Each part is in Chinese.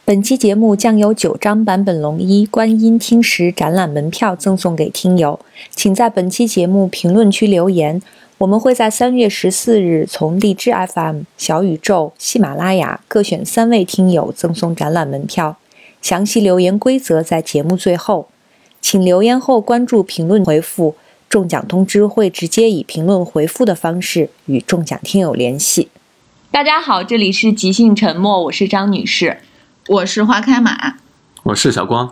本期节目将有9张坂本龙一观音听石展览门票赠送给听友，请在本期节目评论区留言。我们会在3月14日从荔枝 FM、小宇宙、喜马拉雅各选3位听友赠送展览门票。详细留言规则在节目最后，请留言后关注评论回复，中奖通知会直接以评论回复的方式与中奖听友联系。大家好，这里是即兴沉默，我是张女士。 我是花开马， 我是小光。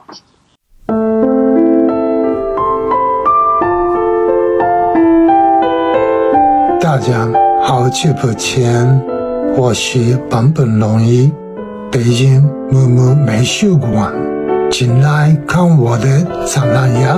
大家好久不见，我是坂本龙一，北京木木美术馆，请来看我的展览呀。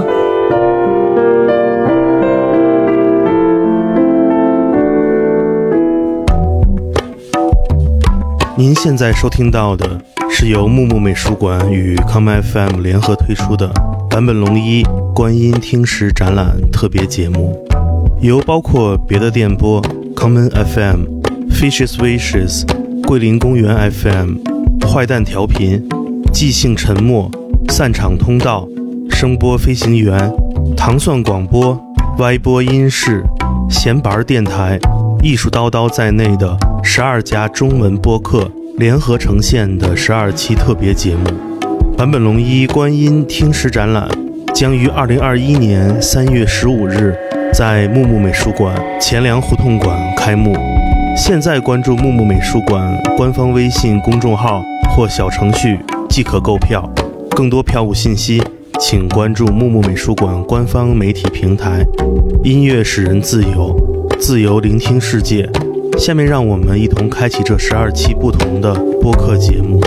您现在收听到的是由木木美术馆与 Common FM 联合推出的坂本龙一观音听石展览特别节目，由包括别的电波 Common FM、Fishes Wishes、桂林公园 FM、坏蛋调频、即兴沉默、散场通道、声波飞行员、糖蒜广播、歪播音室、闲板电台、艺术叨叨在内的12家中文播客联合呈现的12期特别节目。坂本龙一观音听石展览将于2021年3月15日在木木美术馆钱粮胡同馆开幕。现在关注木木美术馆官方微信公众号或小程序即可购票，更多票务信息请关注木木美术馆官方媒体平台。音乐使人自由，自由聆听世界。下面让我们一同开启这12期不同的播客节目。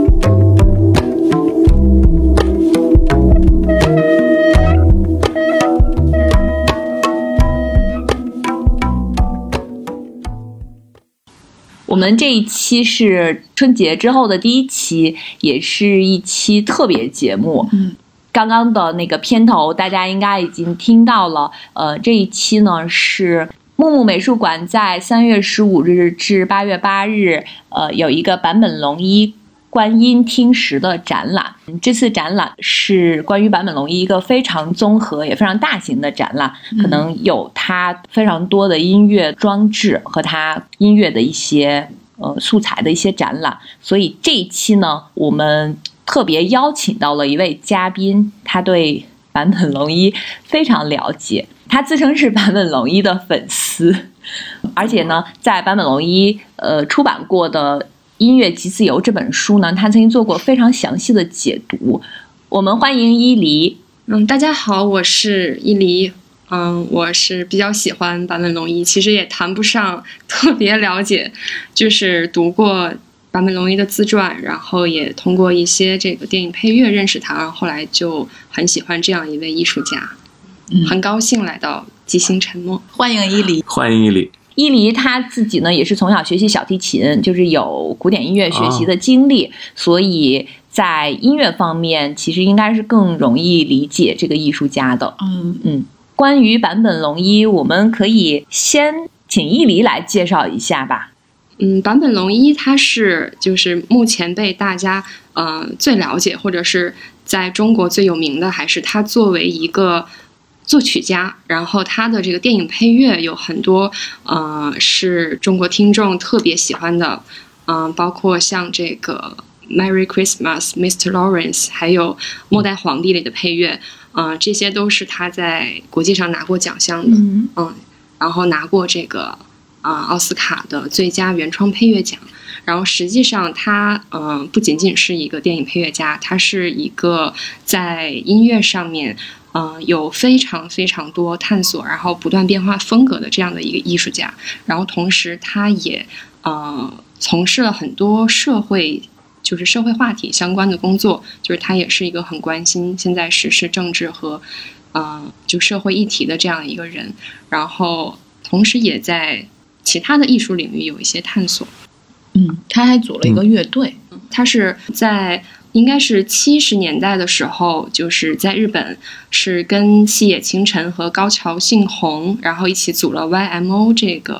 我们这一期是春节之后的第1期，也是一期特别节目。刚刚的那个片头大家应该已经听到了。这一期呢是木木美术馆在3月15日至8月8日，有一个坂本龙一观音听石的展览。这次展览是关于坂本龙一一个非常综合也非常大型的展览，可能有他非常多的音乐装置和他音乐的一些素材的一些展览。所以这一期呢，我们特别邀请到了一位嘉宾，他对坂本龙一非常了解。他自称是坂本龙一的粉丝，而且呢，在坂本龙一出版过的《音乐即自由》这本书呢，他曾经做过非常详细的解读。我们欢迎伊犁。 大家好，我是伊犁。我是比较喜欢坂本龙一，其实也谈不上特别了解，就是读过坂本龙一的自传，然后也通过一些这个电影配乐认识他，然后后来就很喜欢这样一位艺术家。很高兴来到即兴沉默， 欢迎伊犁， 欢迎伊犁。 伊犁他自己呢也是从小学习小提琴，就是有古典音乐学习的经历，所以在音乐方面其实应该是更容易理解这个艺术家的。关于坂本龙一，我们可以先请伊犁来介绍一下吧。 坂本龙一他是就是目前被大家最了解，或者是在中国最有名的，还是他作为一个作曲家，然后他的这个电影配乐有很多是中国听众特别喜欢的，包括像这个 Merry Christmas Mr. Lawrence 还有末代皇帝里的配乐，这些都是他在国际上拿过奖项的。然后拿过这个奥斯卡的最佳原创配乐奖。然后实际上他不仅仅是一个电影配乐家，他是一个在音乐上面有非常非常多探索，然后不断变化风格的这样的一个艺术家。然后同时他也从事了很多社会话题相关的工作，就是他也是一个很关心现在时事政治和就社会议题的这样一个人。然后同时也在其他的艺术领域有一些探索。 他还组了一个乐队。 他是在应该是70年代的时候，就是在日本是跟细野晴臣和高桥幸宏然后一起组了 YMO 这个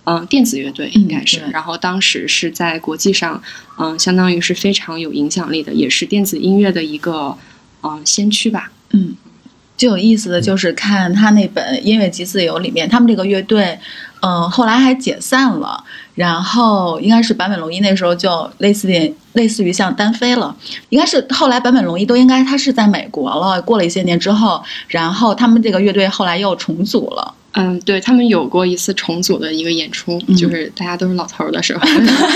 电子乐队应该是，然后当时是在国际上相当于是非常有影响力的，也是电子音乐的一个先驱吧。 最有意思的就是看他那本《音乐即自由》里面，他们这个乐队后来还解散了，然后应该是坂本龙一那时候就类似于像单飞了，应该是后来坂本龙一都应该他是在美国了，过了一些年之后，然后他们这个乐队后来又重组了。 对，他们有过一次重组的一个演出，就是大家都是老头的时候。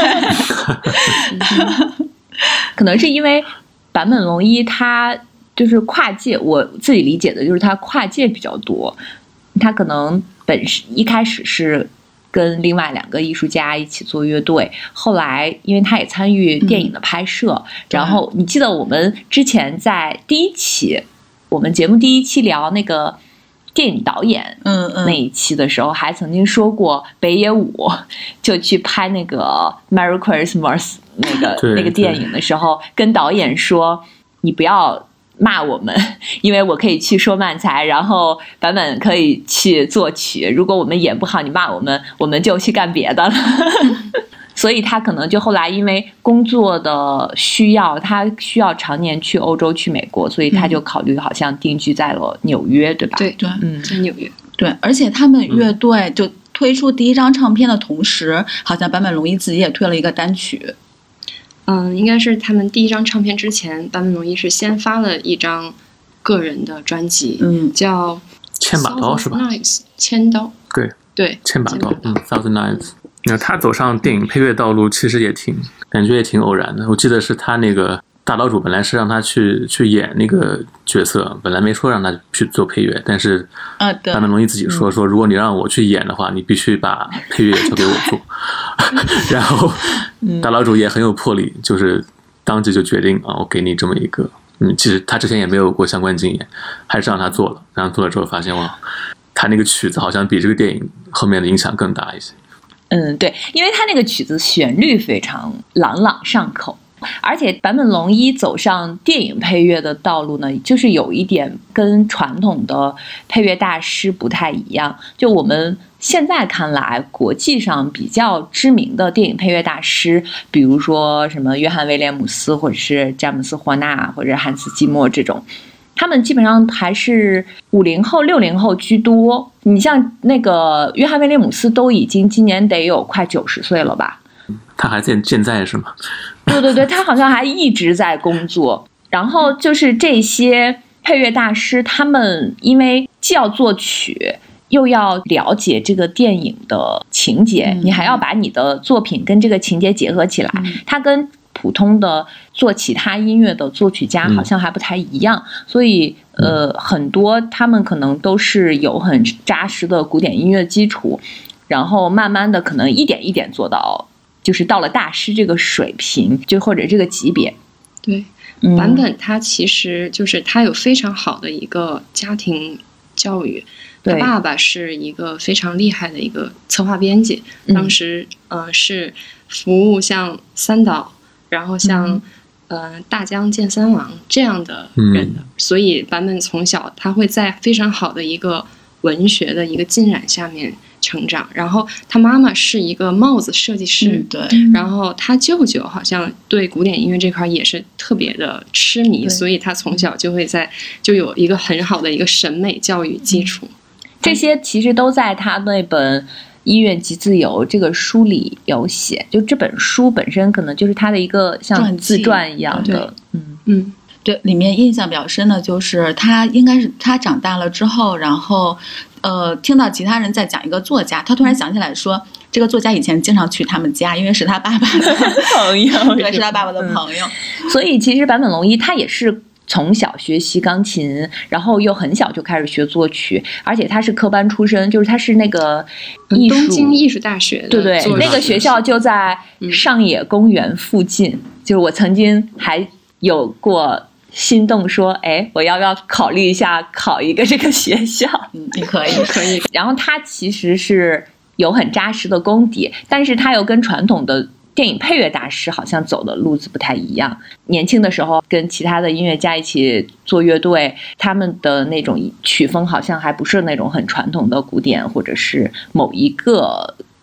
可能是因为坂本龙一他就是跨界，我自己理解的就是他跨界比较多，他可能一开始是跟另外2个艺术家一起做乐队，后来因为他也参与电影的拍摄，然后你记得我们之前在我们节目第一期聊那个电影导演那一期的时候，还曾经说过北野武就去拍那个 Merry Christmas 那个电影的时候，跟导演说你不要骂我们，因为我可以去说漫才，然后版本可以去作曲，如果我们演不好你骂我们，我们就去干别的了。所以他可能就后来因为工作的需要，他需要常年去欧洲去美国，所以他就考虑好像定居在了纽约，对吧？ 对，在纽约。 对，而且他们乐队就推出第一张唱片的同时，好像坂本龙一自己也推了一个单曲。 应该是他们第一张唱片之前，坂本龙一是先发了一张个人的专辑，叫千把刀是吧？ 千刀，对， 千把刀，Thousand Knives。他走上电影配乐道路，其实感觉也挺偶然的。我记得是他那个大岛主本来是让他去演那个角色，本来没说让他去做配乐，但是坂本龙一自己说如果你让我去演的话，你必须把配乐交给我做。然后大岛主也很有魄力，就是当即就决定我给你这么一个，其实他之前也没有过相关经验，还是让他做了。然后做了之后发现他那个曲子好像比这个电影后面的影响更大一些。 对，因为他那个曲子旋律非常朗朗上口，而且坂本龙一走上电影配乐的道路呢，就是有一点跟传统的配乐大师不太一样。就我们现在看来，国际上比较知名的电影配乐大师，比如说什么约翰威廉姆斯，或者是詹姆斯霍纳，或者汉斯季默这种，他们基本上还是50后、60后居多。你像那个约翰威廉姆斯都已经今年得有快90岁了吧？ 他还健在是吗？ 对，他好像还一直在工作。然后就是这些配乐大师，他们因为既要作曲，又要了解这个电影的情节，你还要把你的作品跟这个情节结合起来，它跟普通的做其他音乐的作曲家好像还不太一样，所以很多他们可能都是有很扎实的古典音乐基础，然后慢慢的可能一点一点做到，就是到了大师这个水平，就或者这个级别。 对，坂本他其实就是他有非常好的一个家庭教育，他爸爸是一个非常厉害的一个策划编辑，当时是服务像三岛，然后像大江健三郎这样的人的，所以坂本从小他会在非常好的一个文学的一个浸染下面成长。然后他妈妈是一个帽子设计师， 对， 然后他舅舅好像对古典音乐这块也是特别的痴迷，所以他从小就有一个很好的一个审美教育基础。 这些其实都在他那本《音乐即自由》这个书里有写，就这本书本身可能就是他的一个像自传一样的。 对，里面印象比较深的就是他应该是他长大了之后，然后听到其他人在讲一个作家，他突然想起来说这个作家以前经常去他们家，因为是他爸爸的朋友，对，是他爸爸的朋友。 所以其实坂本龙一他也是从小学习钢琴，然后又很小就开始学作曲，而且他是科班出身，就是他是那个东京艺术大学的， 对，那个学校就在上野公园附近。就是我曾经还有过心动说，我要不要考虑一下考一个这个学校？ 你可以。 然后他其实是有很扎实的功底，但是他又跟传统的电影配乐大师好像走的路子不太一样。年轻的时候跟其他的音乐家一起做乐队，他们的那种曲风好像还不是那种很传统的古典，或者是某一个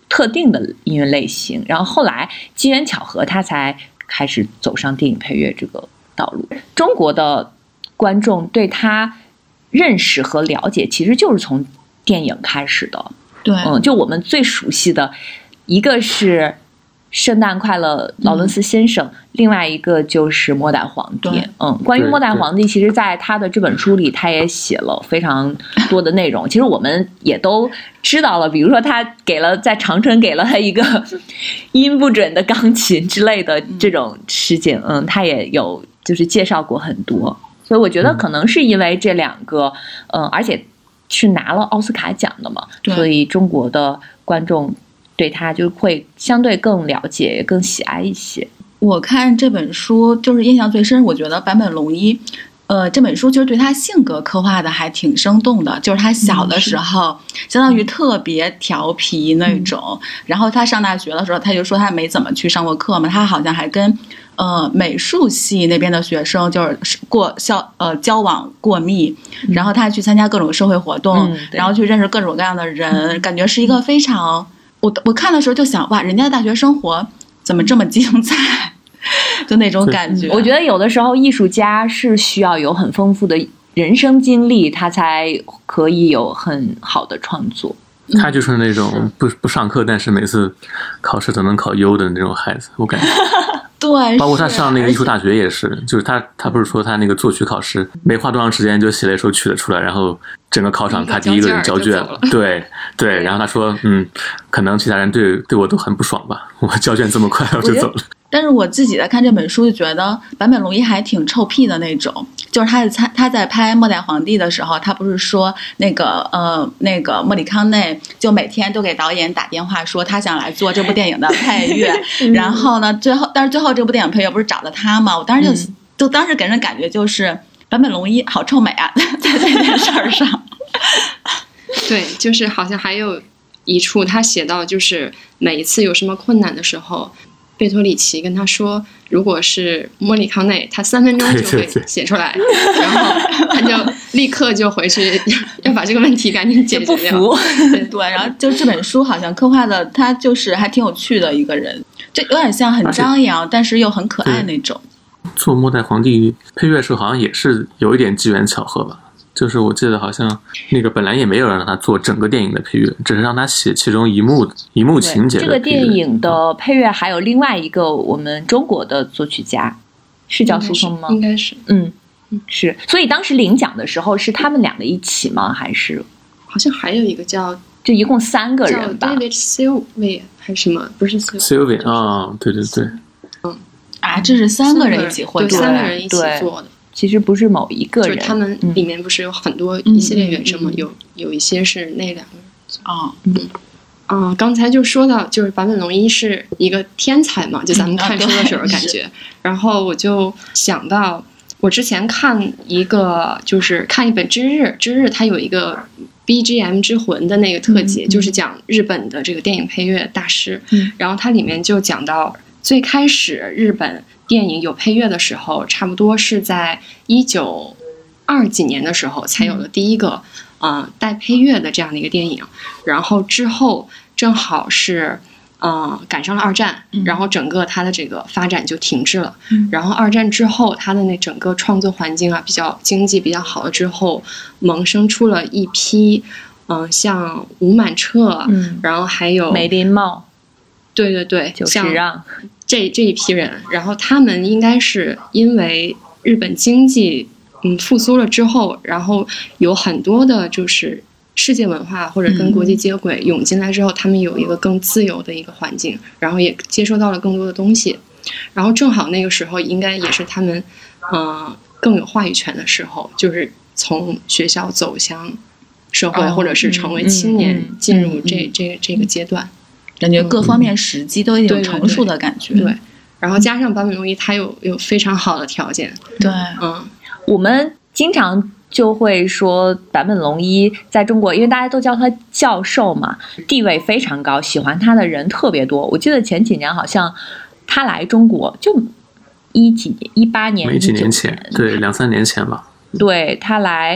特定的音乐类型，然后后来机缘巧合，他才开始走上电影配乐这个道路。中国的观众对他认识和了解，其实就是从电影开始的。 对， 就我们最熟悉的一个是圣诞快乐劳伦斯先生，另外一个就是末代皇帝。关于末代皇帝，其实在他的这本书里他也写了非常多的内容，其实我们也都知道了，比如说他在长城给了他一个音不准的钢琴之类的这种事情，他也有就是介绍过很多。所以我觉得可能是因为这两个而且是拿了奥斯卡奖的嘛，所以中国的观众对他就会相对更了解更喜爱一些。 我看这本书就是印象最深，我觉得坂本龙一这本书就是对他性格刻画的还挺生动的，就是他小的时候相当于特别调皮那种，然后他上大学的时候他就说他没怎么去上过课嘛，他好像还跟美术系那边的学生就是交往过密，然后他还去参加各种社会活动，然后去认识各种各样的人，感觉是一个非常我看的时候就想，哇，人家的大学生活怎么这么精彩，就那种感觉。 我觉得有的时候艺术家是需要有很丰富的人生经历，他才可以有很好的创作。 他就是那种不上课，但是每次考试都能考优的那种孩子，我感觉。 对， 包括他上那个艺术大学也是，就是他不是说他那个作曲考试没花多长时间就写了一首曲子出来，然后整个考场他第一个人交卷了，对，然后他说可能其他人对我都很不爽吧，我交卷这么快我就走了。 但是我自己在看这本书就觉得坂本龙一还挺臭屁的那种，就是他在拍《末代皇帝》的时候，他不是说那个莫里康内就每天都给导演打电话说他想来做这部电影的配乐，然后呢但是最后这部电影配乐不是找的他吗？我当时就当时给人感觉就是坂本龙一好臭美啊，在这件事儿上。 对，就是好像还有一处他写到，就是每一次有什么困难的时候，贝托里奇跟他说，如果是莫里康内，他3分钟就会写出来，然后他就立刻就回去要把这个问题赶紧解决掉。 对，然后就这本书好像刻画的他就是还挺有趣的一个人，就有点像很张扬，但是又很可爱那种。 做末代皇帝配乐的时候，好像也是有一点机缘巧合吧。就是我记得好像那个本来也没有让他做整个电影的配乐，只是让他写其中一幕情节的配乐。 这个电影的配乐还有另外一个我们中国的作曲家，是叫苏松吗？ 应该是， 是。所以当时领奖的时候是他们两个一起吗？还是好像还有一个叫， 就一共3个人吧 ？David Sylvian 还是什么？不是 Sylvian 啊，对， 这是3个人一起合作， 对，3个人一起做的。 其实不是某一个人， 就是他们里面不是有很多一系列原声吗？有一些是那2个人。刚才就说到，就是坂本龙一是一个天才嘛，就咱们看书的时候感觉。然后我就想到，我之前看一本《知日》，它有一个 BGM 之魂的那个特辑，就是讲日本的这个电影配乐大师。然后它里面就讲到，最开始日本电影有配乐的时候，差不多是在1920几年的时候才有了第一个带配乐的这样的一个电影。然后之后正好是赶上了2战，然后整个它的这个发展就停滞了。然后2战之后，它的那整个创作环境经济比较好了之后，萌生出了一批像吴满彻，然后还有梅林茂， 对， 就是让这一批人，然后他们应该是因为日本经济复苏了之后，然后有很多的就是世界文化或者跟国际接轨涌进来之后，他们有一个更自由的一个环境，然后也接收到了更多的东西，然后正好那个时候应该也是他们更有话语权的时候，就是从学校走向社会，或者是成为青年进入这个阶段。 感觉各方面时机都有成熟的感觉。 对，然后加上坂本龙一，他有非常好的条件。 对， 我们经常就会说坂本龙一在中国，因为大家都叫他教授嘛，地位非常高，喜欢他的人特别多。我记得前几年好像他来中国就18年， 没几年前，对，2-3年前吧。 对，他来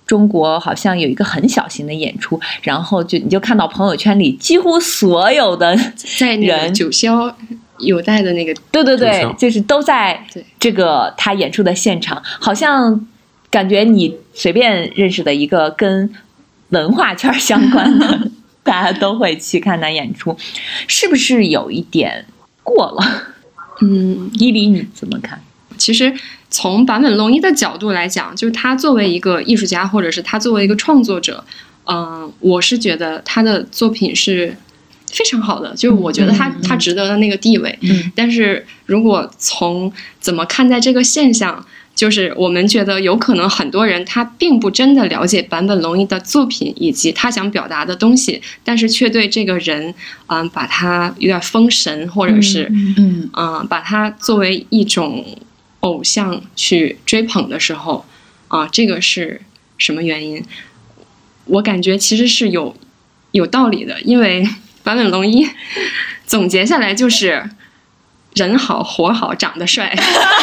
中国好像有一个很小型的演出，然后你就看到朋友圈里几乎所有的在那个九霄有带的那个， 对，就是都在这个他演出的现场，好像感觉你随便认识的一个跟文化圈相关的大家都会去看他演出，是不是有一点过了？伊犁你怎么看？ 其实从坂本龙一的角度来讲，就是他作为一个艺术家，或者是他作为一个创作者，我是觉得他的作品是非常好的，就是我觉得他值得的那个地位。但是如果从怎么看待这个现象，就是我们觉得有可能很多人他并不真的了解坂本龙一的作品以及他想表达的东西，但是却对这个人把他有点封神，或者是把他作为一种偶像去追捧的时候这个是什么原因？我感觉其实是有道理的，因为坂本龙一总结下来就是人好活好长得帅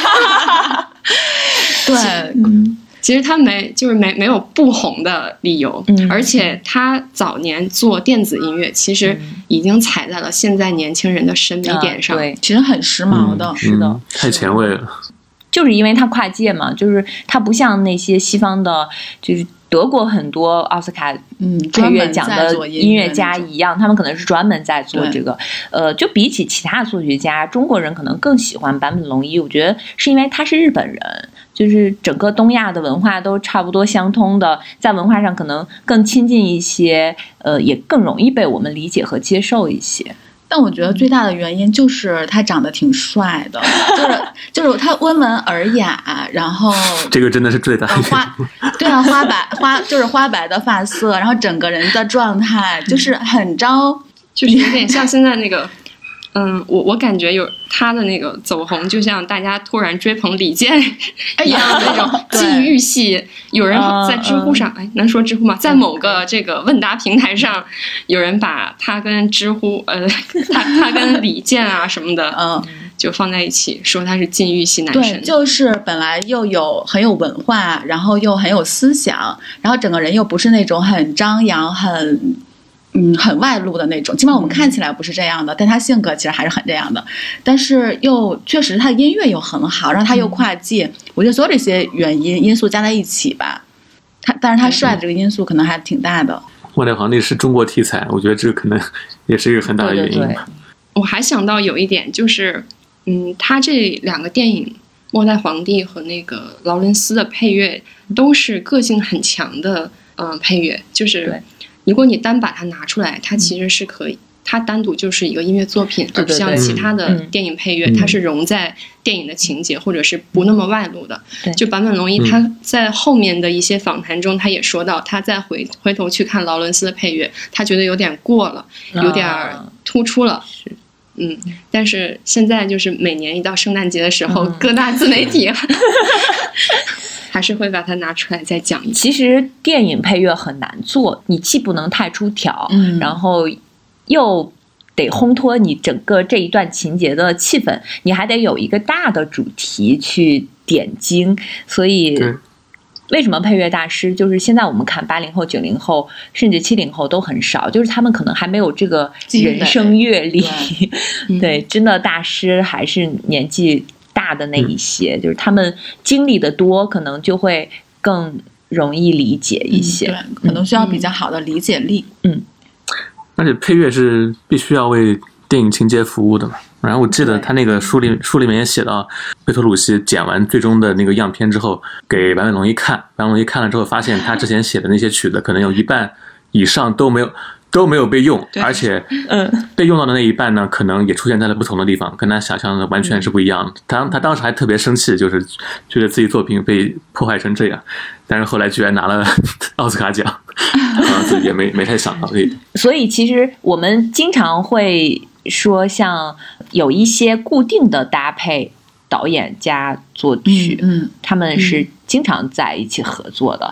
对， 其实他没有不红的理由，而且他早年做电子音乐，其实已经踩在了现在年轻人的审美点上， 对，其实很时髦的， 是的， 太前卫了。 就是因为他跨界嘛，就是他不像那些西方的，就是德国很多奥斯卡配乐奖的音乐家一样，他们可能是专门在做这个。就比起其他作曲家，中国人可能更喜欢坂本龙一，我觉得是因为他是日本人，就是整个东亚的文化都差不多相通的，在文化上可能更亲近一些，也更容易被我们理解和接受一些。 但我觉得最大的原因就是他长得挺帅的，就是他温文尔雅，然后这个真的是最大的原因。 对啊，花白的发色，然后整个人的状态就是很招， 就是有点像现在那个。我感觉有他的那个走红，就像大家突然追捧李健一样的那种禁欲系。有人在知乎上，能说知乎吗？在某个这个问答平台上，有人把他跟知乎，他跟李健啊什么的，就放在一起，说他是禁欲系男神。 对，就是本来又很有文化，然后又很有思想，然后整个人又不是那种很张扬、很外露的那种，起码我们看起来不是这样的，但他性格其实还是很这样的。但是又确实他的音乐又很好，然后他又跨界，我觉得所有这些因素加在一起吧，但是他帅的这个因素可能还挺大的。 末代皇帝是中国题材，我觉得这可能也是一个很大的原因吧。 对。 我还想到有一点就是，他这两个电影《末代皇帝》和那个劳伦斯的配乐都是个性很强的配乐，就是如果你单把它拿出来，它其实是可以，它单独就是一个音乐作品，而不像其他的电影配乐，它是融在电影的情节或者是不那么外露的。就坂本龙一他在后面的一些访谈中，他也说到，他再回头去看劳伦斯的配乐，他觉得有点过了，有点突出了。但是现在就是每年一到圣诞节的时候，各大自媒体还是会把它拿出来再讲一次。 其实电影配乐很难做，你既不能太出挑，然后又得烘托你整个这一段情节的气氛，你还得有一个大的主题去点睛。所以为什么配乐大师就是现在我们看80后90后甚至70后都很少，就是他们可能还没有这个人生阅历。对，真的大师还是年纪大的那一些，就是他们经历的多，可能就会更容易理解一些。 对，可能需要比较好的理解力。 而且配乐是必须要为电影情节服务的嘛。然后我记得他那个书里面也写到，贝托鲁西剪完最终的那个样片之后，给坂本龙一看，坂本龙一看了之后，发现他之前写的那些曲子可能有一半以上都没有被用，而且被用到的那一半呢，可能也出现在了不同的地方，跟他想象的完全是不一样的。他当时还特别生气，就是觉得自己作品被破坏成这样，但是后来居然拿了奥斯卡奖，自己也没太想到这一点。 所以其实我们经常会说，像有一些固定的搭配，导演加作曲，他们是经常在一起合作的。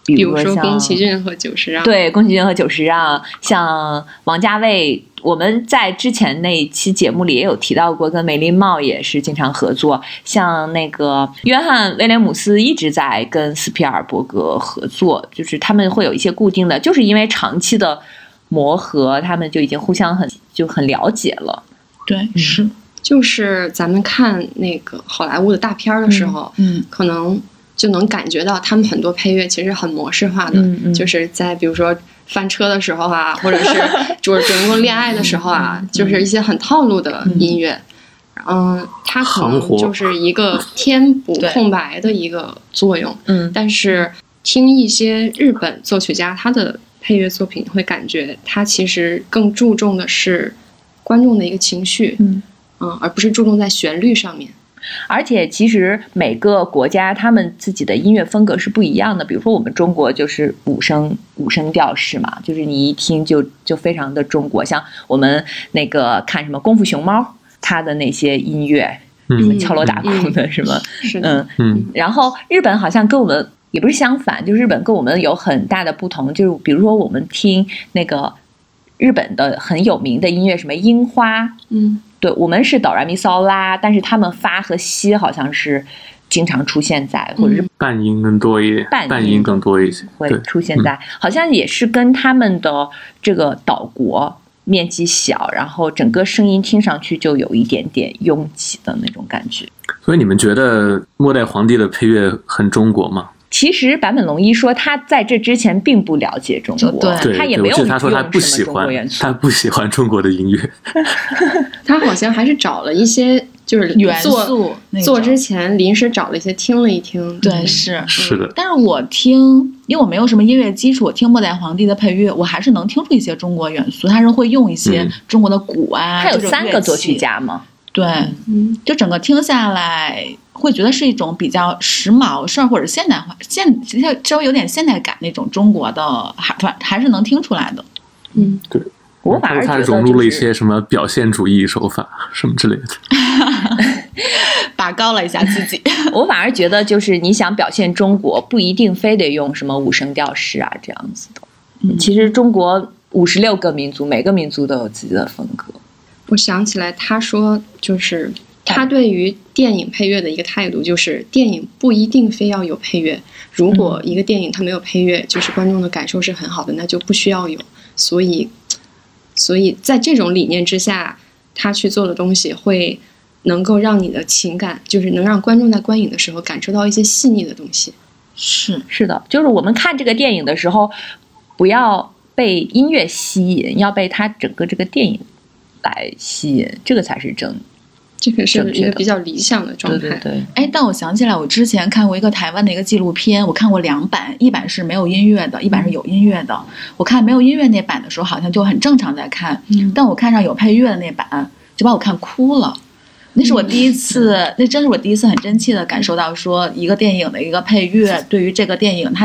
比如说宫崎骏和久石让。 对，宫崎骏和久石让，像王家卫，我们在之前那一期节目里也有提到过，跟梅林茂也是经常合作。像那个约翰威廉姆斯一直在跟斯皮尔伯格合作，就是他们会有一些固定的，就是因为长期的磨合，他们就已经互相很了解了。 对，是。 就是咱们看那个好莱坞的大片的时候，可能就能感觉到他们很多配乐其实很模式化的，就是在比如说翻车的时候啊，或者是就是主人公恋爱的时候啊，就是一些很套路的音乐，它可能就是一个填补空白的一个作用。但是听一些日本作曲家他的配乐作品，会感觉他其实更注重的是观众的一个情绪。而不是注重在旋律上面。 而且其实每个国家他们自己的音乐风格是不一样的，比如说我们中国就是五声调式嘛，就是你一听就非常的中国。像我们那个看什么功夫熊猫，它的那些音乐，什么敲锣打鼓的什么，然后日本好像跟我们也不是相反，就日本跟我们有很大的不同，就是比如说我们听那个日本的很有名的音乐，什么樱花，对，我们是哆来咪嗦拉，但是他们发和西好像是经常出现在，或者是半音更多一点，半音更多一些， 会出现在，好像也是跟他们的这个岛国面积小，然后整个声音听上去就有一点点拥挤的那种感觉。 所以你们觉得末代皇帝的配乐很中国吗？ 其实坂本龙一说他在这之前并不了解中国， 对， 他也没有用他说他不喜欢中国的音乐。 他好像还是找了一些就是元素， 做之前临时找了一些听了一听。 对，是的。 但是我听，因为我没有什么音乐基础，我听末代皇帝的配乐，我还是能听出一些中国元素，他是会用一些中国的鼓啊。 他有3个作曲家吗？ 对，就整个听下来会觉得是一种比较时髦或者现代化，稍微有点现代感那种中国的，还是能听出来的。 对， 我反而觉得他融入了一些什么表现主义手法什么之类的， 拔高了一下自己。 我反而觉得就是你想表现中国，不一定非得用什么五声调式啊这样子的。其实中国56个民族，每个民族都有自己的风格。 我想起来他说，就是他对于电影配乐的一个态度，就是电影不一定非要有配乐，如果一个电影它没有配乐，就是观众的感受是很好的，那就不需要有。所以在这种理念之下，他去做的东西会能够让你的情感，就是能让观众在观影的时候感受到一些细腻的东西。 是的，就是我们看这个电影的时候，不要被音乐吸引，要被它整个这个电影来吸引，这个才是这个是一个比较理想的状态。 对。但我想起来，我之前看过一个台湾的一个纪录片，我看过2版，一版是没有音乐的，一版是有音乐的。我看没有音乐那版的时候，好像就很正常在看，但我看上有配乐的那版，就把我看哭了。那是我第一次，那真是我第一次很真切的感受到，说一个电影的一个配乐对于这个电影，它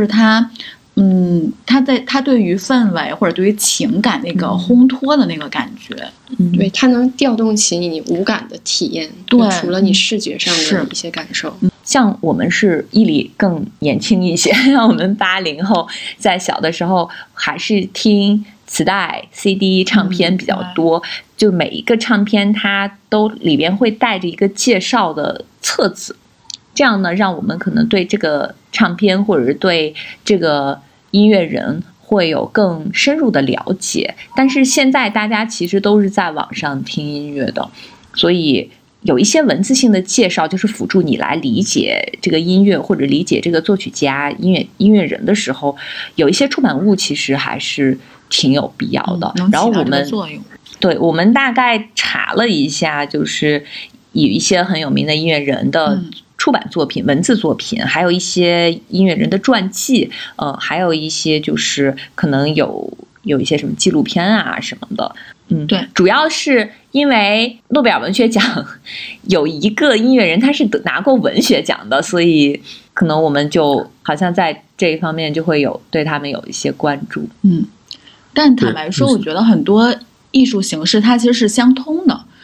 他对于氛围或者对于情感那个烘托的那个感觉， 对，它能调动起你无感的体验， 对， 除了你视觉上的一些感受。 像我们是伊犁更年轻一些，像我们80后在小的时候还是听磁带 CD 唱片比较多，就每一个唱片它都里边会带着一个介绍的册子，这样呢让我们可能对这个唱片或者是对这个音乐人会有更深入的了解。但是现在大家其实都是在网上听音乐的，所以有一些文字性的介绍就是辅助你来理解这个音乐或者理解这个作曲家音乐人的时候，有一些出版物其实还是挺有必要的。然后我们大概查了一下，就是有一些很有名的音乐人的出版作品、文字作品，还有一些音乐人的传记，还有一些就是可能有一些什么纪录片啊什么的。 对， 主要是因为诺贝尔文学奖有一个音乐人他是拿过文学奖的，所以可能我们就好像在这一方面就会对他们有一些关注。 但坦白说，我觉得很多艺术形式它其实是相通的。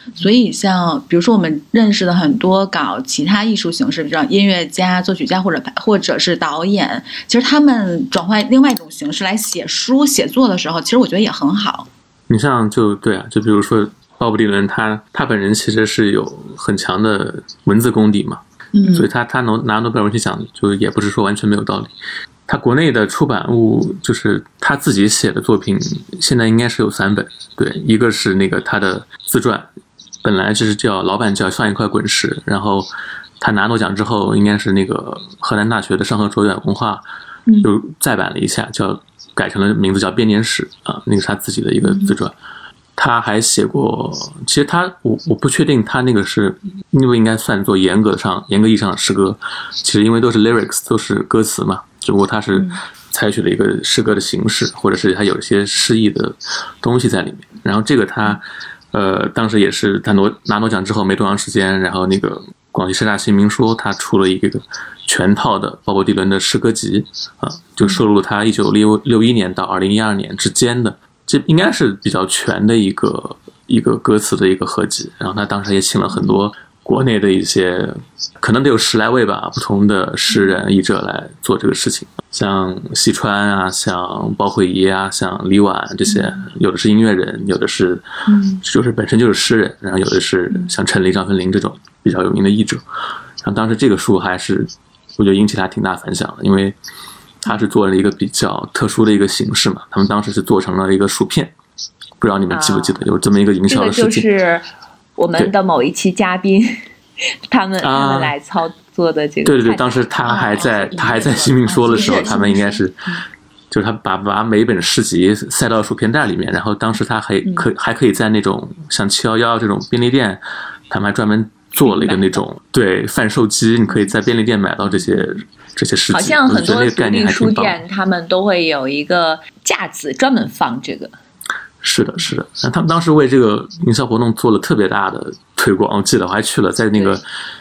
所以像比如说我们认识的很多搞其他艺术形式，比如音乐家、作曲家或者是导演，其实他们转换另外一种形式来写书写作的时候，其实我觉得也很好。 你像就比如说鲍勃迪伦他本人其实是有很强的文字功底嘛，所以他拿诺贝尔文学奖就也不是说完全没有道理。他国内的出版物就是他自己写的作品，现在应该是有3本。对，一个是那个他的自传，本来就是老版叫像一块滚石，然后他拿诺奖之后，应该是那个河南大学的上河卓远文化又再版了一下，改成了名字叫编年史啊，那个是他自己的一个自传。他还写过，其实我不确定他那个是因为应该算作严格意义上的诗歌，其实因为都是 lyrics 都是歌词嘛，只不过他是采取了一个诗歌的形式，或者是他有一些诗意的东西在里面。然后这个他当时也是他拿诺奖之后没多长时间，然后那个广西师大新民说他出了一个全套的鲍勃迪伦的诗歌集啊，就收录他1961年到2012年之间的。这应该是比较全的一个歌词的一个合集，然后他当时也请了很多国内的一些可能得有10来位吧不同的诗人译者来做这个事情，像西川啊，像包慧仪啊，像李婉这些，有的是音乐人，有的是就是本身就是诗人，然后有的是像陈黎、张芬玲这种比较有名的译者。然后当时这个书还是我觉得引起他挺大反响的，因为他是做了一个比较特殊的一一个形式嘛，他们当时是做成了一个薯片，不知道你们记不记得有这么一个营销的事情。 这个就是我们的某一期嘉宾他们来操作的这个。 对，当时他还在新民说的时候，他们应该是就是他把每一本诗集塞到薯片袋里面，然后当时他还可以在那种像711这种便利店，他们还专门做了一个那种对贩售机，你可以在便利店买到这些诗集。 好像很多独立书店他们都会有一个架子专门放这个。 是的。他们当时为这个营销活动做了特别大的推广，我记得我还去了，在那个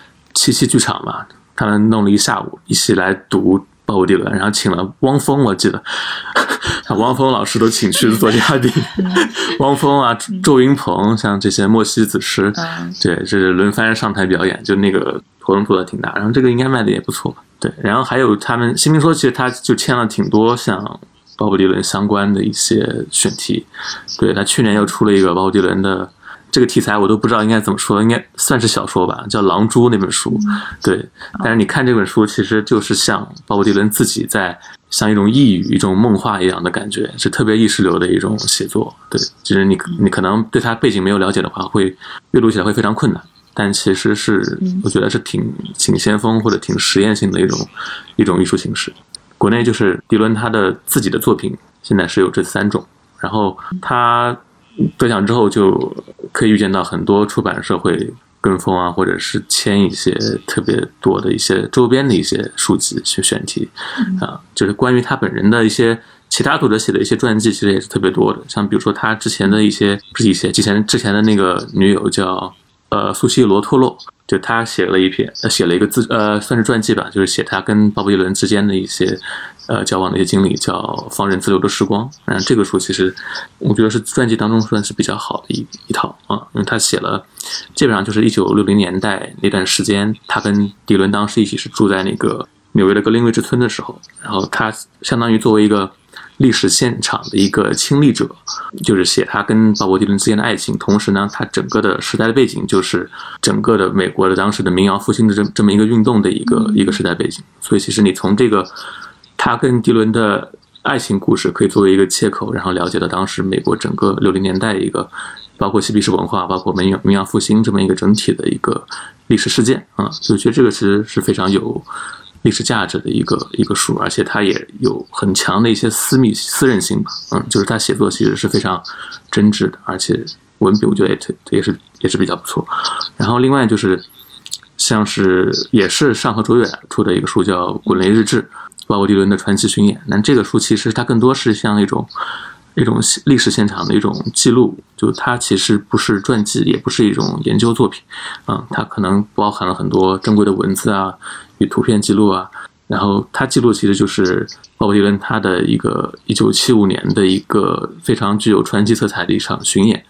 7剧场嘛，他们弄了一下午一起来读鲍勃迪伦，然后请了汪峰，我记得汪峰老师都请去做嘉宾，汪峰啊、周云鹏，像这些莫西子诗，对，这是轮番上台表演，就那个活动做的挺大，然后这个应该卖的也不错，对，然后还有他们新民说，其实他就签了挺多像鲍勃迪伦相关的一些选题，对，他去年又出了一个鲍勃迪伦的这个题材，我都不知道应该怎么说，应该算是小说吧，叫《狼蛛》那本书，对，但是你看这本书，其实就是像鲍勃迪伦自己在像一种呓语、一种梦话一样的感觉，是特别意识流的一种写作，对，就是你可能对他背景没有了解的话，会阅读起来会非常困难，但其实是我觉得是挺先锋或者挺实验性的一种艺术形式。国内就是迪伦他的自己的作品现在是有这3种，然后他得奖之后就可以预见到很多出版社会跟风啊，或者是签一些特别多的一些周边的一些书籍去选题啊，就是关于他本人的一些其他作者写的一些传记，其实也是特别多的，像比如说他之前的之前的那个女友叫苏西罗托洛，就他写了一个算是传记吧，就是写他跟鲍勃迪伦之间的一些交往的一些经历，叫《放任自流的时光》。然后这个书其实我觉得是传记当中算是比较好的一套啊，因为他写了基本上就是1960年代那段时间，他跟迪伦当时一起是住在那个纽约的格林威治村的时候，然后他相当于作为一个历史现场的一个亲历者，就是写他跟鲍勃迪伦之间的爱情，同时呢，他整个的时代的背景就是整个的美国的当时的民谣复兴的这么一个运动的一个时代背景，所以其实你从这个他跟迪伦的爱情故事可以作为一个切口，然后了解到当时美国整个60年代一个包括嬉皮士文化，包括民谣复兴这么一个整体的一个历史事件啊，就觉得这个其实是非常有历史价值的一个书，而且它也有很强的一些私人性吧，就是他写作其实是非常真挚的，而且文笔我觉得也是比较不错。然后另外就是像是也是上河卓远出的一个书叫《滚雷日志》，鲍勃迪伦的传奇巡演。那这个书其实它更多是像一种历史现场的一种记录，就它其实不是传记，也不是一种研究作品，它可能包含了很多珍贵的文字啊与图片记录啊，然后它记录其实就是鲍勃迪伦他的一个1975年的一个非常具有传奇色彩的一场巡演，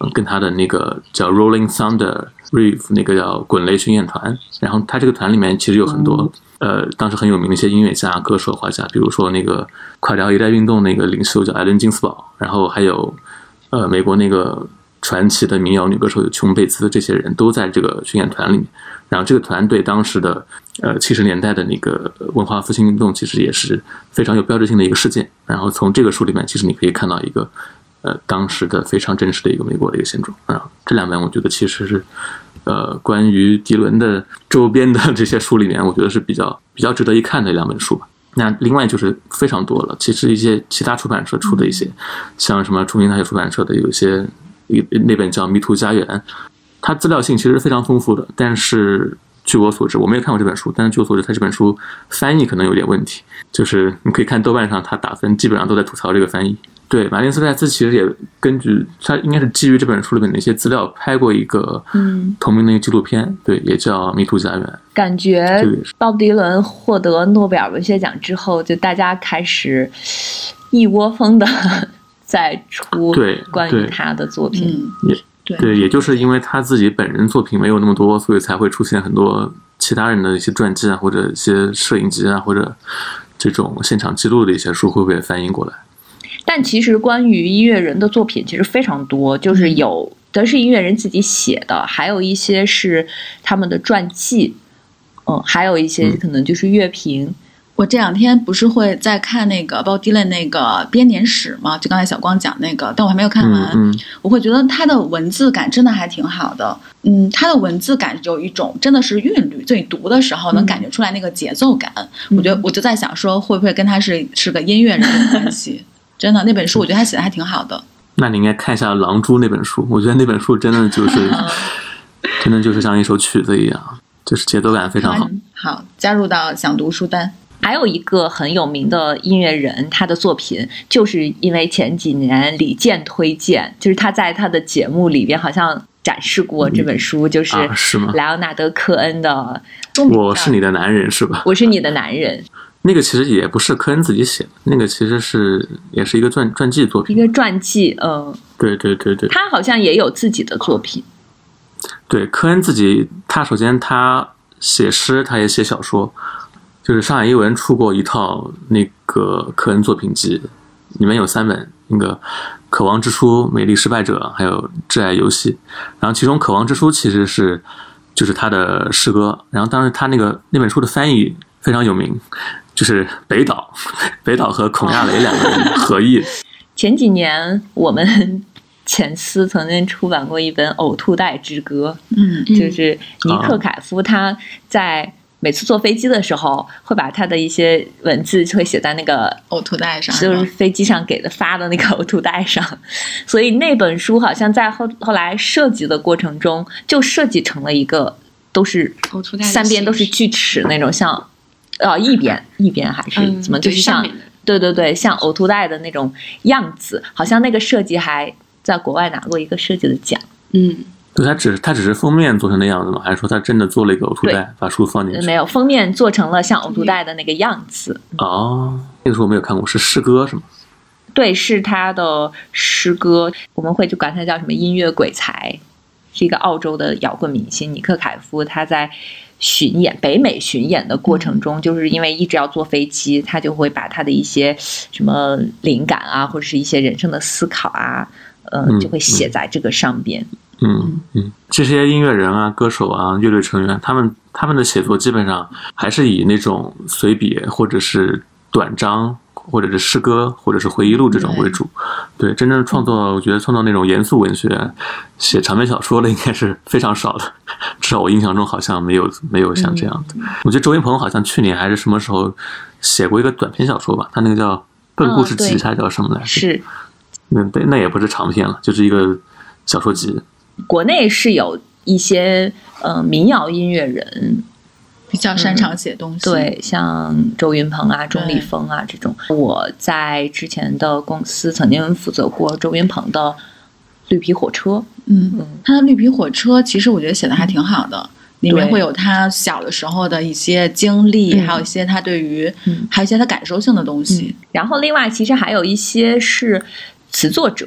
跟他的那个叫 Rolling Thunder Reef 那个叫滚雷巡演团，然后他这个团里面其实有很多当时很有名的一些音乐家、歌手、画家，比如说那个快聊一代运动那个领袖叫艾伦金斯堡，然后还有美国那个传奇的民谣女歌手有琼贝兹，这些人都在这个巡演团里面。然后这个团对当时的70年代的那个文化复兴运动其实也是非常有标志性的一个事件。然后从这个书里面，其实你可以看到一个当时的非常真实的一个美国的一个现状啊。这两本我觉得其实是关于迪伦的周边的这些书里面，我觉得是比较值得一看的两本书吧。那另外就是非常多了，其实一些其他出版社出的一些，像什么著名大学出版社的有一些那本叫《迷途家园》，它资料性其实是非常丰富的，但是据我所知，我没有看过这本书，但是据我所知，它这本书翻译可能有点问题，就是你可以看豆瓣上它打分基本上都在吐槽这个翻译。对，马丁斯派斯其实也根据他应该是基于这本书里面的一些资料拍过一个同名的一个纪录片，对，也叫《迷途家园》。 感觉鲍勃迪伦获得诺贝尔文学奖之后，就大家开始一窝蜂的在出关于他的作品。 对，也就是因为他自己本人作品没有那么多，所以才会出现很多其他人的一些传记啊，或者一些摄影集啊，或者这种现场记录的一些书会被翻译过来。 但其实关于音乐人的作品其实非常多，就是有的是音乐人自己写的，还有一些是他们的传记，还有一些可能就是乐评。 我这两天不是会在看那个鲍迪伦那个编年史嘛，就刚才小光讲那个，但我还没有看完。我会觉得他的文字感真的还挺好的。他的文字感有一种真的是韵律，就你读的时候能感觉出来那个节奏感。我觉得我就在想说，会不会跟他是个音乐人的关系？真的，那本书我觉得他写的还挺好的。 那你应该看一下《狼蛛》那本书，我觉得那本书真的就是真的就是像一首曲子一样，就是节奏感非常好。 好，加入到想读书单。 还有一个很有名的音乐人，他的作品就是因为前几年李健推荐，就是他在他的节目里边好像展示过这本书，就是莱昂纳德·科恩的 《我是你的男人》，是吧？ 我是你的男人。 那个其实也不是科恩自己写的，那个其实也是一个传记作品， 一个传记。 对， 他好像也有自己的作品。 对，科恩自己，他首先他写诗，他也写小说。就是上海译文出过一套那个科恩作品集，里面有3本，那个《渴望之书》、《美丽失败者》还有《挚爱游戏》。然后其中《渴望之书》其实就是他的诗歌，然后当时他那本书的翻译非常有名，就是北岛和孔亚雷两个人合译。 前几年我们前司曾经出版过一本《呕吐袋之歌》，就是尼克凯夫他在每次坐飞机的时候会把他的一些文字会写在那个呕吐袋上， 就是飞机上给的发的那个呕吐袋上，所以那本书好像在后来设计的过程中就设计成了一个都是呕吐袋 3边都是锯齿那种，像一边还是怎么，就是像对像呕吐袋的那种样子，好像那个设计还在国外拿过一个设计的奖。 对，它只是封面做成那样子吗？还是说他真的做了一个呕吐袋，把书放进去？ 没有，封面做成了像呕吐袋的那个样子。 那个时候我没有看过，是诗歌是吗？ 对，是他的诗歌，我们会就管他叫什么音乐鬼才，是一个澳洲的摇滚明星尼克凯夫。他在北美巡演的过程中，就是因为一直要坐飞机，他就会把他的一些什么灵感啊，或者是一些人生的思考啊，就会写在这个上边。 这些音乐人啊、歌手啊、乐队成员，他们的写作基本上还是以那种随笔或者是短章，或者是诗歌，或者是回忆录这种为主。对，真正创作，我觉得创造那种严肃文学、写长篇小说的应该是非常少的，至少我印象中好像没有像这样的。我觉得周云鹏好像去年还是什么时候写过一个短篇小说吧，他那个叫《笨故事集》，他叫什么来着？ 是， 那也不是长篇了，就是一个小说集。 国内是有一些民谣音乐人比较擅长写东西， 对，像周云鹏啊、钟立风啊这种。我在之前的公司曾经负责过周云鹏的《绿皮火车》。 他的《绿皮火车》其实我觉得写的还挺好的，里面会有他小的时候的一些经历，还有一些他对于，还有一些他感受性的东西。 然后另外其实还有一些是词作者。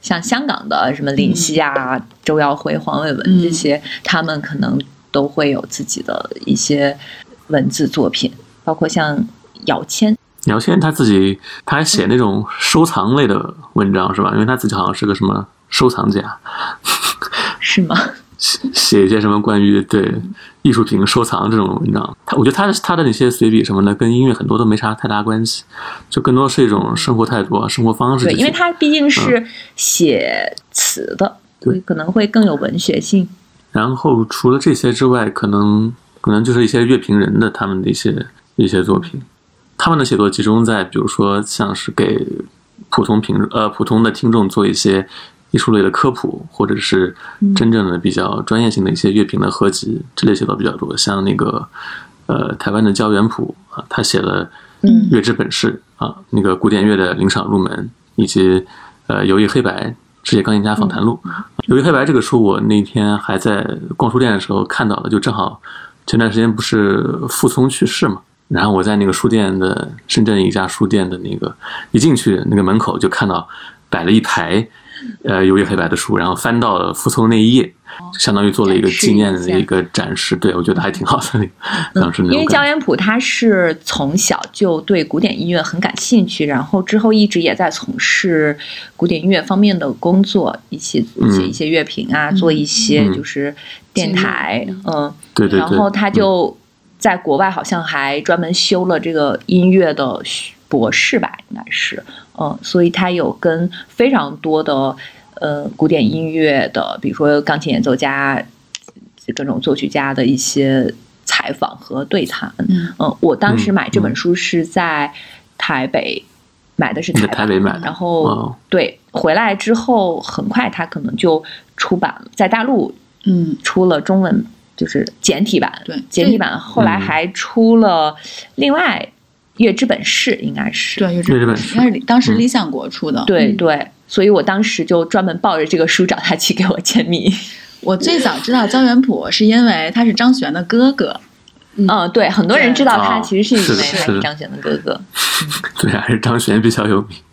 像香港的什么林夕啊、周耀辉、黄伟文这些，他们可能都会有自己的一些文字作品，包括像姚谦他还写那种收藏类的文章是吧？因为他自己好像是个什么收藏家， 是吗？ 写一些什么关于对艺术品收藏这种文章，我觉得他的那些随笔什么的，跟音乐很多都没啥太大关系，就更多是一种生活态度啊、生活方式。 对，因为他毕竟是写词的，对，可能会更有文学性。 然后除了这些之外，可能就是一些乐评人的他们的一些作品。他们的写作集中在，比如说像是给普通的听众做一些艺术类的科普，或者是真正的比较专业性的一些乐评的合集，这类写作比较多。像那个台湾的焦元溥啊，他写了《乐之本事》啊，那个古典乐的领赏入门，以及游艺黑白职业钢琴家访谈录。游艺黑白这个书，我那天还在逛书店的时候看到了，就正好前段时间不是傅聪去世嘛。然后我在那个书店的深圳一家书店的那个一进去那个门口就看到摆了一排游艺黑白的书，然后翻到了傅聪那一页，就相当于做了一个纪念的一个展示。对，我觉得还挺好的。当时那种因为焦元溥他是从小就对古典音乐很感兴趣，然后之后一直也在从事古典音乐方面的工作，写一些乐评啊，做一些就是电台， 对， 然后他就在国外好像还专门修了这个音乐的博士吧，应该是，所以他有跟非常多的古典音乐的，比如说钢琴演奏家、各种作曲家的一些采访和对谈。我当时买这本书是在台北买的，是台北买的，然后对回来之后，很快他可能就出版了，在大陆出了中文。就是简体版， 对， 简体版后来还出了另外《乐之本事》，应该是对，乐之本事应该是当时理想国出的， 对对，所以我当时就专门抱着这个书找他去给我签名。 我最早知道焦元溥是因为他是张悬的哥哥， 对，很多人知道他其实是因为他是张悬的哥哥， 对，还是张悬比较有名。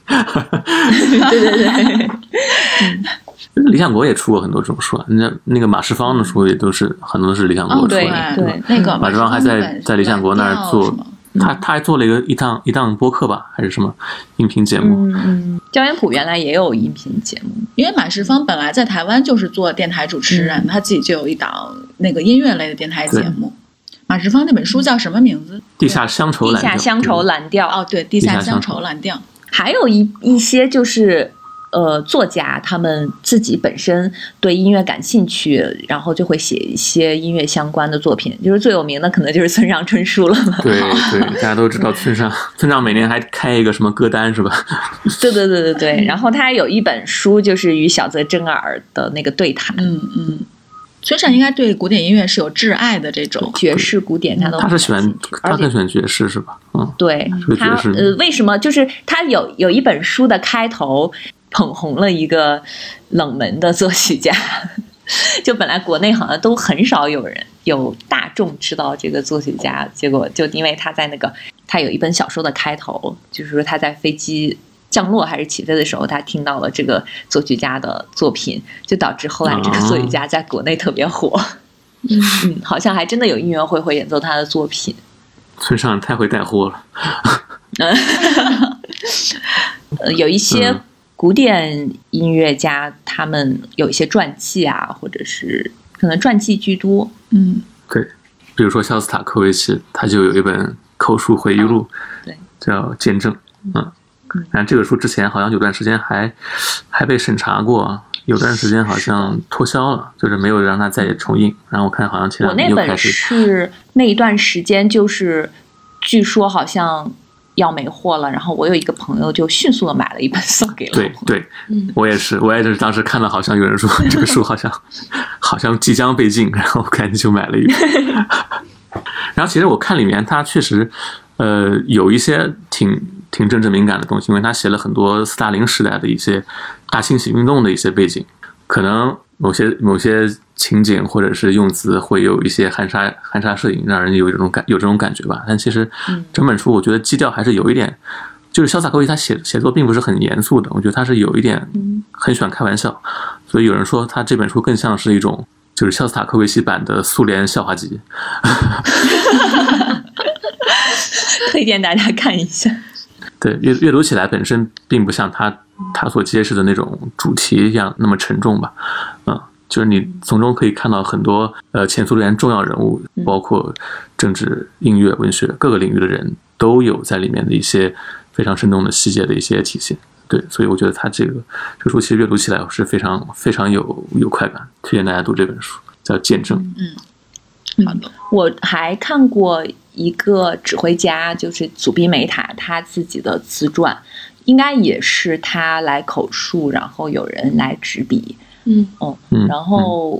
对。 理想国也出过很多这种书啊，那个马世芳的书也都是很多都是理想国出的。 对，那个马世芳还在理想国那儿做，他还做了一档播客吧，还是什么音频节目？ 焦元溥原来也有音频节目， 因为马世芳本来在台湾就是做电台主持人，他自己就有一档那个音乐类的电台节目。马世芳那本书叫什么名字？ 地下乡愁蓝调。 哦，对，地下乡愁蓝调。 还有一些就是作家他们自己本身对音乐感兴趣，然后就会写一些音乐相关的作品，就是最有名的可能就是村上春树了嘛。 对，大家都知道村上每年还开一个什么歌单是吧？ 对。然后他有一本书就是与小泽征尔的那个对谈。 村上应该对古典音乐是有挚爱的，这种爵士古典他都他更喜欢爵士是吧？ 对，他为什么就是他有一本书的开头捧红了一个冷门的作曲家，就本来国内好像都很少有大众知道这个作曲家，结果就因为他有一本小说的开头，就是说他在飞机降落还是起飞的时候，他听到了这个作曲家的作品，就导致后来这个作曲家在国内特别火。好像还真的有音乐会演奏他的作品。 村上太会带货了。 有一些古典音乐家，他们有一些传记啊，或者是可能传记居多。 对，比如说肖斯塔科维奇，他就有一本口述回忆录， 对， 叫《见证》。然后这个书之前好像有段时间还被审查过，有段时间好像脱销了，就是没有让它再重印。然后我看好像前两年又开始。 我那本是那一段时间就是据说好像要没货了，然后我有一个朋友就迅速的买了一本送给了我。 对，我也是当时看到好像有人说这个书好像即将被禁，然后我赶紧就买了一本。然后其实我看里面它确实有一些挺政治敏感的东西，因为他写了很多斯大林时代的一些大清洗运动的一些背景，可能某些情景或者是用词会有一些含沙射影，让人有这种感觉吧。但其实整本书我觉得基调还是有一点就是潇洒科维他写作并不是很严肃的，我觉得他是有一点很喜欢开玩笑，所以有人说他这本书更像是一种就是肖斯塔科维奇版的苏联笑话集。 推荐大家看一下。 对，阅读起来本身并不像他所揭示的那种主题一样那么沉重吧，就是你从中可以看到很多前苏联重要人物，包括政治、音乐、文学各个领域的人都有在里面的一些非常生动的细节的一些体现。对，所以我觉得他这个书其实阅读起来是非常非常有快感，推荐大家读这本书，叫《见证》。 好的。 我还看过一个指挥家，就是祖宾梅塔他自己的自传，应该也是他来口述，然后有人来执笔。然后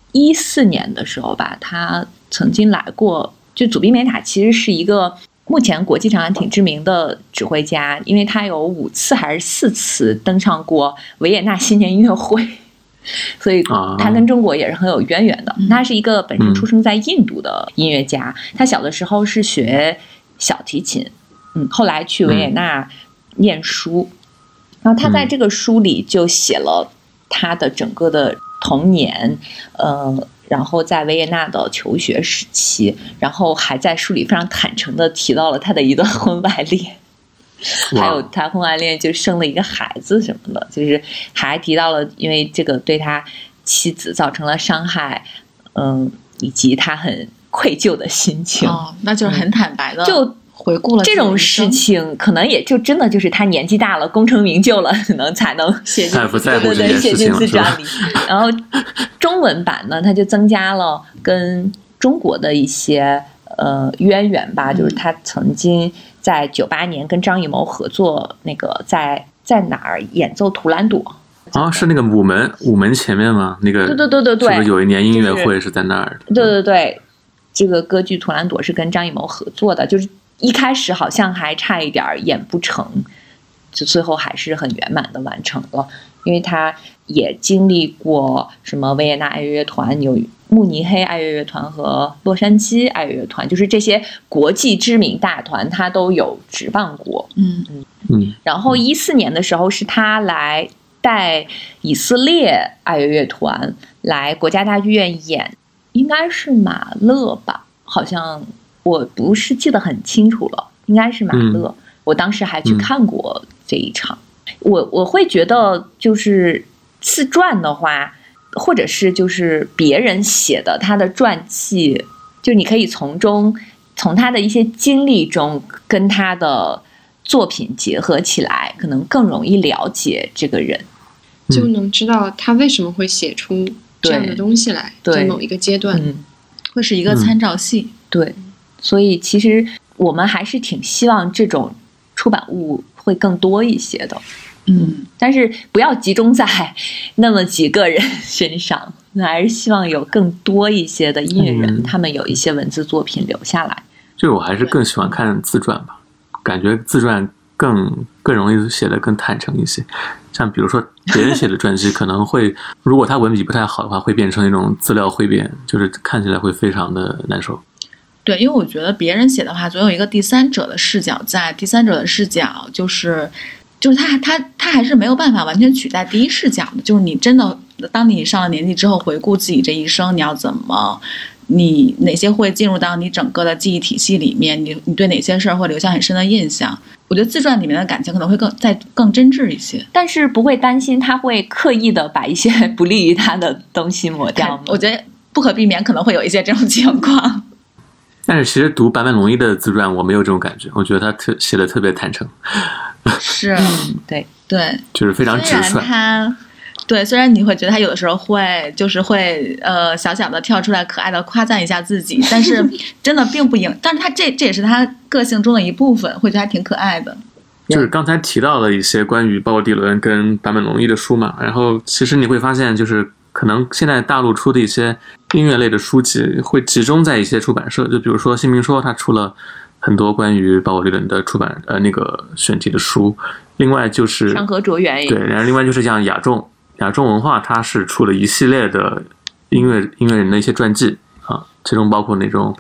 14年的时候吧，他曾经来过。就祖宾梅塔其实是一个目前国际上还挺知名的指挥家，因为他有5次还是4次登上过维也纳新年音乐会，所以他跟中国也是很有渊源的。他是一个本身出生在印度的音乐家，他小的时候是学小提琴，后来去维也纳念书，然后他在这个书里就写了他的整个的童年，然后在维也纳的求学时期，然后还在书里非常坦诚地提到了他的一段婚外恋，还有他婚外恋就生了一个孩子什么的，就是还提到了因为这个对他妻子造成了伤害，以及他很愧疚的心情。 那就是很坦白的， 就回顾了这种事情，可能也就真的就是他年纪大了，功成名就了，可能才能写进写进自传里。然后中文版呢，它就增加了跟中国的一些渊源吧，就是他曾经在98年跟张艺谋合作，那个在哪儿演奏图兰朵。 是那个午门前面吗？那个对， 是不是有一年音乐会是在那儿？ 对，这个歌剧图兰朵是跟张艺谋合作的，就是一开始好像还差一点演不成，就最后还是很圆满的完成了。因为他也经历过什么维也纳爱乐乐团、有慕尼黑爱乐乐团和洛杉矶爱乐乐团，就是这些国际知名大团他都有执棒过。然后14年的时候是他来带以色列爱乐乐团来国家大剧院演，应该是马勒吧，好像我不是记得很清楚了，应该是马勒。我当时还去看过这一场。我会觉得就是自传的话，或者是就是别人写的他的传记，就你可以从他的一些经历中跟他的作品结合起来，可能更容易了解这个人， 就能知道他为什么会写出这样的东西来，在某一个阶段， 会是一个参照系。 对，所以其实我们还是挺希望这种出版物会更多一些的。但是不要集中在那么几个人身上，还是希望有更多一些的音乐人，他们有一些文字作品留下来。 就是我还是更喜欢看自传吧，感觉自传更容易写得更坦诚一些。像比如说别人写的传记，可能会如果他文笔不太好的话，会变成一种资料汇编，就是看起来会非常的难受。 对，因为我觉得别人写的话，总有一个第三者的视角在，第三者的视角就是他还是没有办法完全取代第一视角的。就是你真的，当你上了年纪之后，回顾自己这一生，你哪些会进入到你整个的记忆体系里面，你对哪些事儿会留下很深的印象。我觉得自传里面的感情可能会更真挚一些， 但是不会担心他会刻意的把一些不利于他的东西抹掉吗？ 我觉得不可避免可能会有一些这种情况。 但是其实读坂本龙一的自传，我没有这种感觉，我觉得他写的特别坦诚。 是， 对， 就是非常直率。 虽然你会觉得他有的时候会小小的跳出来可爱的夸赞一下自己，但是真的并不但是他这也是他个性中的一部分，会觉得他挺可爱的。 就是刚才提到了一些关于鲍勃迪伦跟坂本龙一的书嘛，然后其实你会发现，就是可能现在大陆出的一些音乐类的书籍会集中在一些出版社，就比如说新民说他出了很多关于鲍勃迪伦的出版那个选题的书，另外就是山河卓源， 对，然后另外就是像亚众文化，它是出了一系列的音乐人的一些传记啊，其中包括那种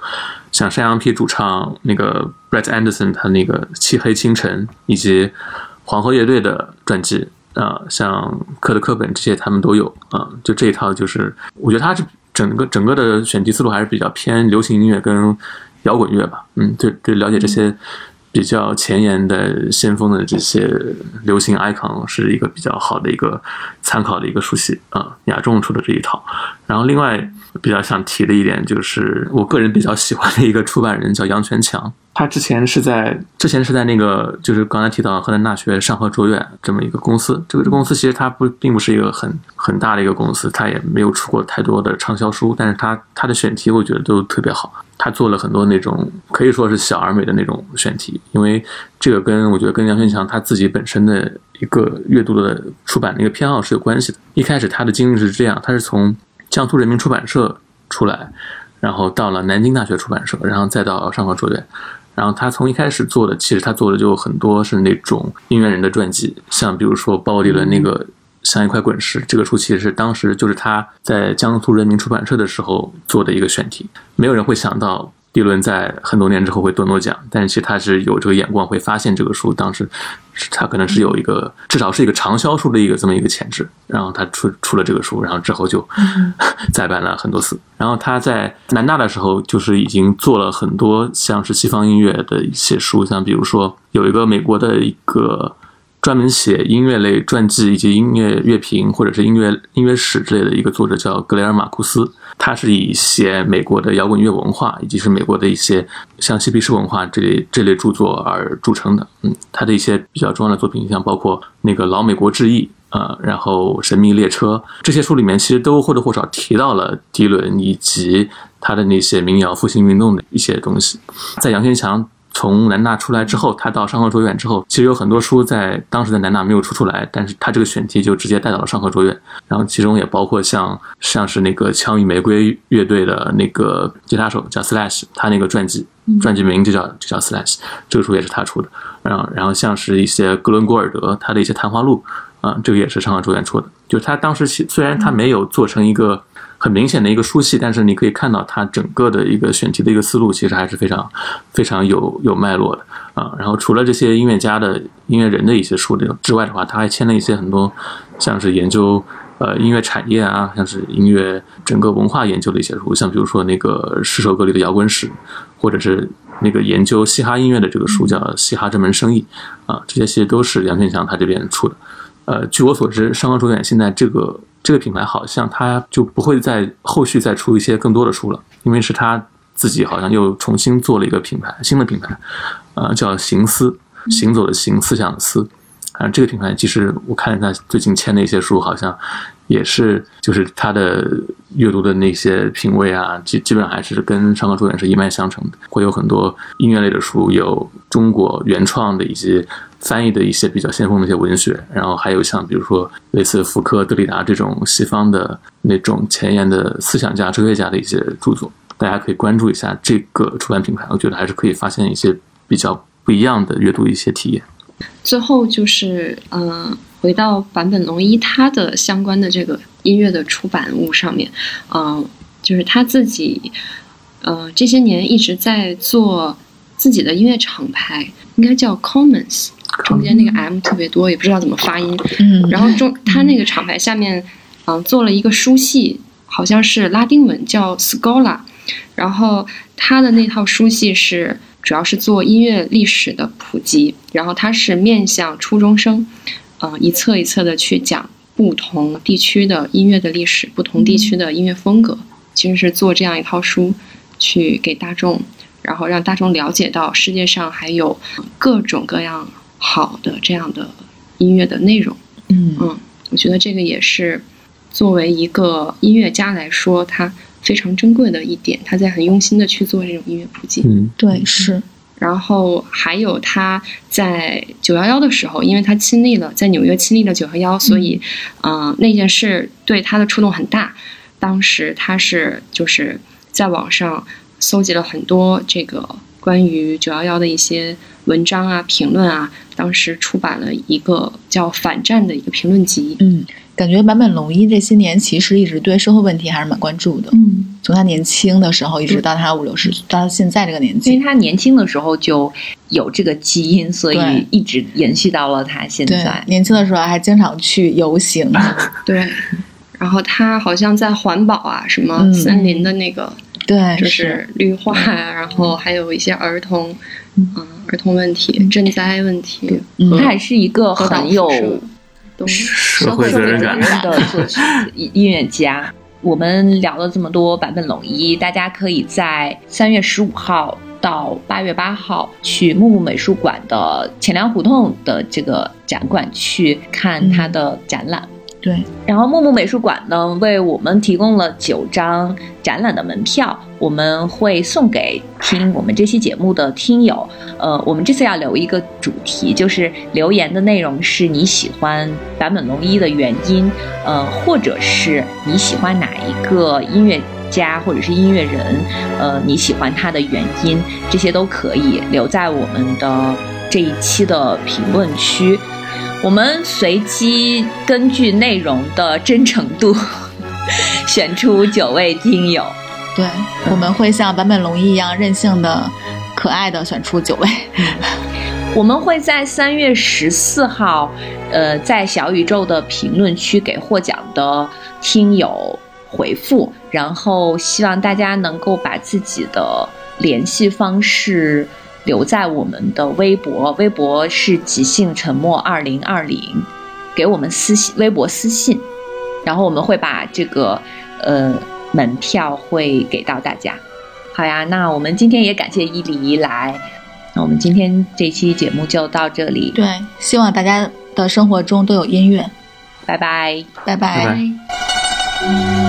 像山羊皮主唱那个 Brett Anderson 他那个漆黑清晨，以及黄河乐队的传记像科特·科本这些他们都有就这一套就是我觉得他是整个的选题思路还是比较偏流行音乐跟摇滚乐吧，对了解这些比较前沿的先锋的这些流行 icon 是一个比较好的一个参考的一个书系亚众出的这一套。然后另外比较想提的一点就是我个人比较喜欢的一个出版人叫杨全强，他之前是在那个就是刚才提到河南大学上河卓越这么一个公司，这个公司其实它并不是一个很大的一个公司，它也没有出过太多的畅销书，但是它的选题我觉得都特别好，他做了很多那种可以说是小而美的那种选题，因为这个我觉得跟杨全强他自己本身的一个阅读的出版的一个偏好是有关系的。一开始他的经历是这样，他是从江苏人民出版社出来，然后到了南京大学出版社，然后再到上河卓越。然后他从一开始做的，其实他做的就很多是那种音乐人的传记，像比如说鲍勃迪伦那个像一块滚石，这个书其实是当时就是他在江苏人民出版社的时候做的一个选题。没有人会想到迪伦在很多年之后会多诺奖，但是其实他是有这个眼光，会发现这个书当时他可能是有一个至少是一个畅销书的这么一个潜质，然后他出了这个书，然后之后就再版了很多次。然后他在南大的时候就是已经做了很多像是西方音乐的一些书，像比如说有一个美国的一个专门写音乐类传记以及音乐乐评或者是音乐史之类的一个作者叫格雷尔马库斯，他是以写美国的摇滚乐文化以及是美国的一些像嬉皮士文化这类著作而著称的。他的一些比较重要的作品像包括那个老美国志异然后神秘列车，这些书里面其实都或多或少提到了迪伦以及他的那些民谣复兴运动的一些东西。在杨全强从南大出来之后，他到上河卓越之后，其实有很多书在当时的南大没有出来，但是他这个选题就直接带到了上河卓越。然后其中也包括像是那个枪与玫瑰乐队的那个吉他手叫 Slash， 他那个传记名就叫 Slash， 这个书也是他出的。然后像是一些格伦古尔德他的一些谈话录这个也是上河卓越出的。就是他当时虽然他没有做成一个很明显的一个书系，但是你可以看到它整个的一个选题的一个思路其实还是非常非常有脉络的然后除了这些音乐家的音乐人的一些书之外的话，他还签了一些很多像是研究音乐产业像是音乐整个文化研究的一些书，像比如说那个十首歌里的摇滚史，或者是那个研究嘻哈音乐的这个书叫《嘻哈这门生意》这些其实都是杨全强他这边出的。据我所知，上河卓越现在这个品牌好像他就不会在后续再出一些更多的书了，因为是他自己好像又重新做了一个品牌，新的品牌叫行思，行走的行，思想的思这个品牌其实我看他最近签的一些书好像也是就是他的阅读的那些品味基本上还是跟上河卓越是一脉相承的，会有很多音乐类的书，有中国原创的以及翻译的一些比较先锋的一些文学，然后还有像比如说类似福柯、德里达这种西方的那种前沿的思想家、哲学家的一些著作，大家可以关注一下这个出版品牌，我觉得还是可以发现一些比较不一样的阅读一些体验。 最后就是回到坂本龙一他的相关的这个音乐的出版物上面，就是他自己这些年一直在做自己的音乐厂牌，应该叫 Commons， 中间那个 M 特别多，也不知道怎么发音。然后他那个厂牌下面做了一个书系，好像是拉丁文叫 Schola， 然后他的那套书系主要是做音乐历史的普及，然后它是面向初中生，一册一册的去讲不同地区的音乐的历史，不同地区的音乐风格，其实是做这样一套书去给大众，然后让大众了解到世界上还有各种各样好的这样的音乐的内容。我觉得这个也是作为一个音乐家来说，他非常珍贵的一点，他在很用心的去做这种音乐普及。 对，是。 然后还有他在911的时候，因为他在纽约亲历了911，所以那件事对他的触动很大。当时他就是在网上搜集了很多这个关于911的一些文章评论当时出版了一个叫《反战》的一个评论集。 感觉坂本龙一这些年其实一直对社会问题还是蛮关注的。从他年轻的时候一直到他50-60，到现在这个年纪， 因为他年轻的时候就有这个基因，所以一直延续到了他现在。 对，年轻的时候还经常去游行。 对，然后他好像在环保啊，什么森林的那个， 对， 就是绿化啊，然后还有一些儿童问题、赈灾问题。 他还是一个很有社会责任感的作曲音乐家。我们聊了这么多坂本龙一，大家可以在3月15号到8月8号去木木美术馆的钱粮胡同的这个展馆去看他的展览。 对， 然后木木美术馆呢为我们提供了9张展览的门票，我们会送给听我们这期节目的听友。我们这次要留一个主题，就是留言的内容是你喜欢坂本龙一的原因，或者是你喜欢哪一个音乐家或者是音乐人，你喜欢他的原因，这些都可以留在我们的这一期的评论区。我们随机根据内容的真诚度选出9位听友。 对，我们会像坂本龙一一样任性的可爱的选出9位。 我们会在3月14号在小宇宙的评论区给获奖的听友回复，然后希望大家能够把自己的联系方式留在我们的微博是即兴沉默2020，给我们微博私信，然后我们会把这个门票会给到大家。好呀，那我们今天也感谢伊犁来，那我们今天这期节目就到这里。 对，希望大家的生活中都有音乐。 拜拜， 拜拜。 拜拜。